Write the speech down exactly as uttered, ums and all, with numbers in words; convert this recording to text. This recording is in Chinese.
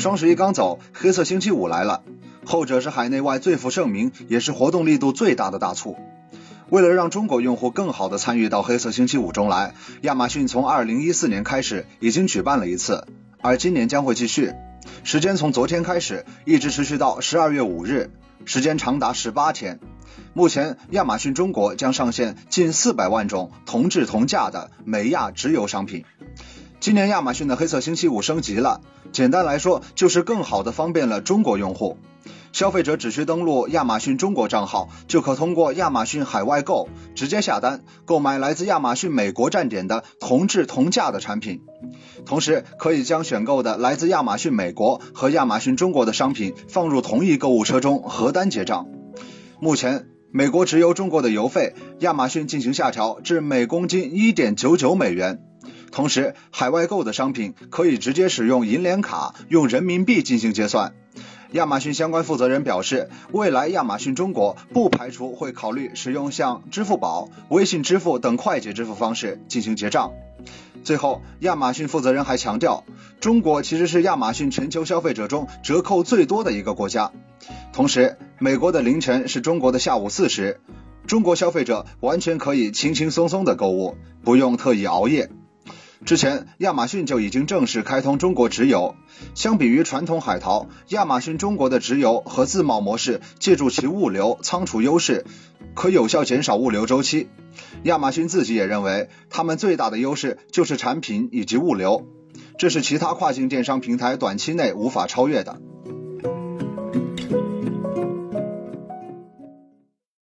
双十一刚走，黑色星期五来了，后者是海内外最负盛名，也是活动力度最大的大促。为了让中国用户更好地参与到黑色星期五中来，亚马逊从二零一四年开始已经举办了一次，而今年将会继续，时间从昨天开始一直持续到十二月五日，时间长达十八天。目前亚马逊中国将上线近四百万种同质同价的美亚直邮商品。今年亚马逊的黑色星期五升级了，简单来说就是更好地方便了中国用户。消费者只需登录亚马逊中国账号，就可通过亚马逊海外购直接下单购买来自亚马逊美国站点的同质同价的产品，同时可以将选购的来自亚马逊美国和亚马逊中国的商品放入同一购物车中核单结账。目前美国直邮中国的邮费，亚马逊进行下调至每公斤 一点九九美元，同时海外购的商品可以直接使用银联卡用人民币进行结算。亚马逊相关负责人表示，未来亚马逊中国不排除会考虑使用像支付宝、微信支付等快捷支付方式进行结账。最后，亚马逊负责人还强调，中国其实是亚马逊全球消费者中折扣最多的一个国家。同时，美国的凌晨是中国的下午四时，中国消费者完全可以轻轻松松的购物，不用特意熬夜。之前亚马逊就已经正式开通中国直邮，相比于传统海淘，亚马逊中国的直邮和自贸模式借助其物流仓储优势，可有效减少物流周期。亚马逊自己也认为，他们最大的优势就是产品以及物流，这是其他跨境电商平台短期内无法超越的。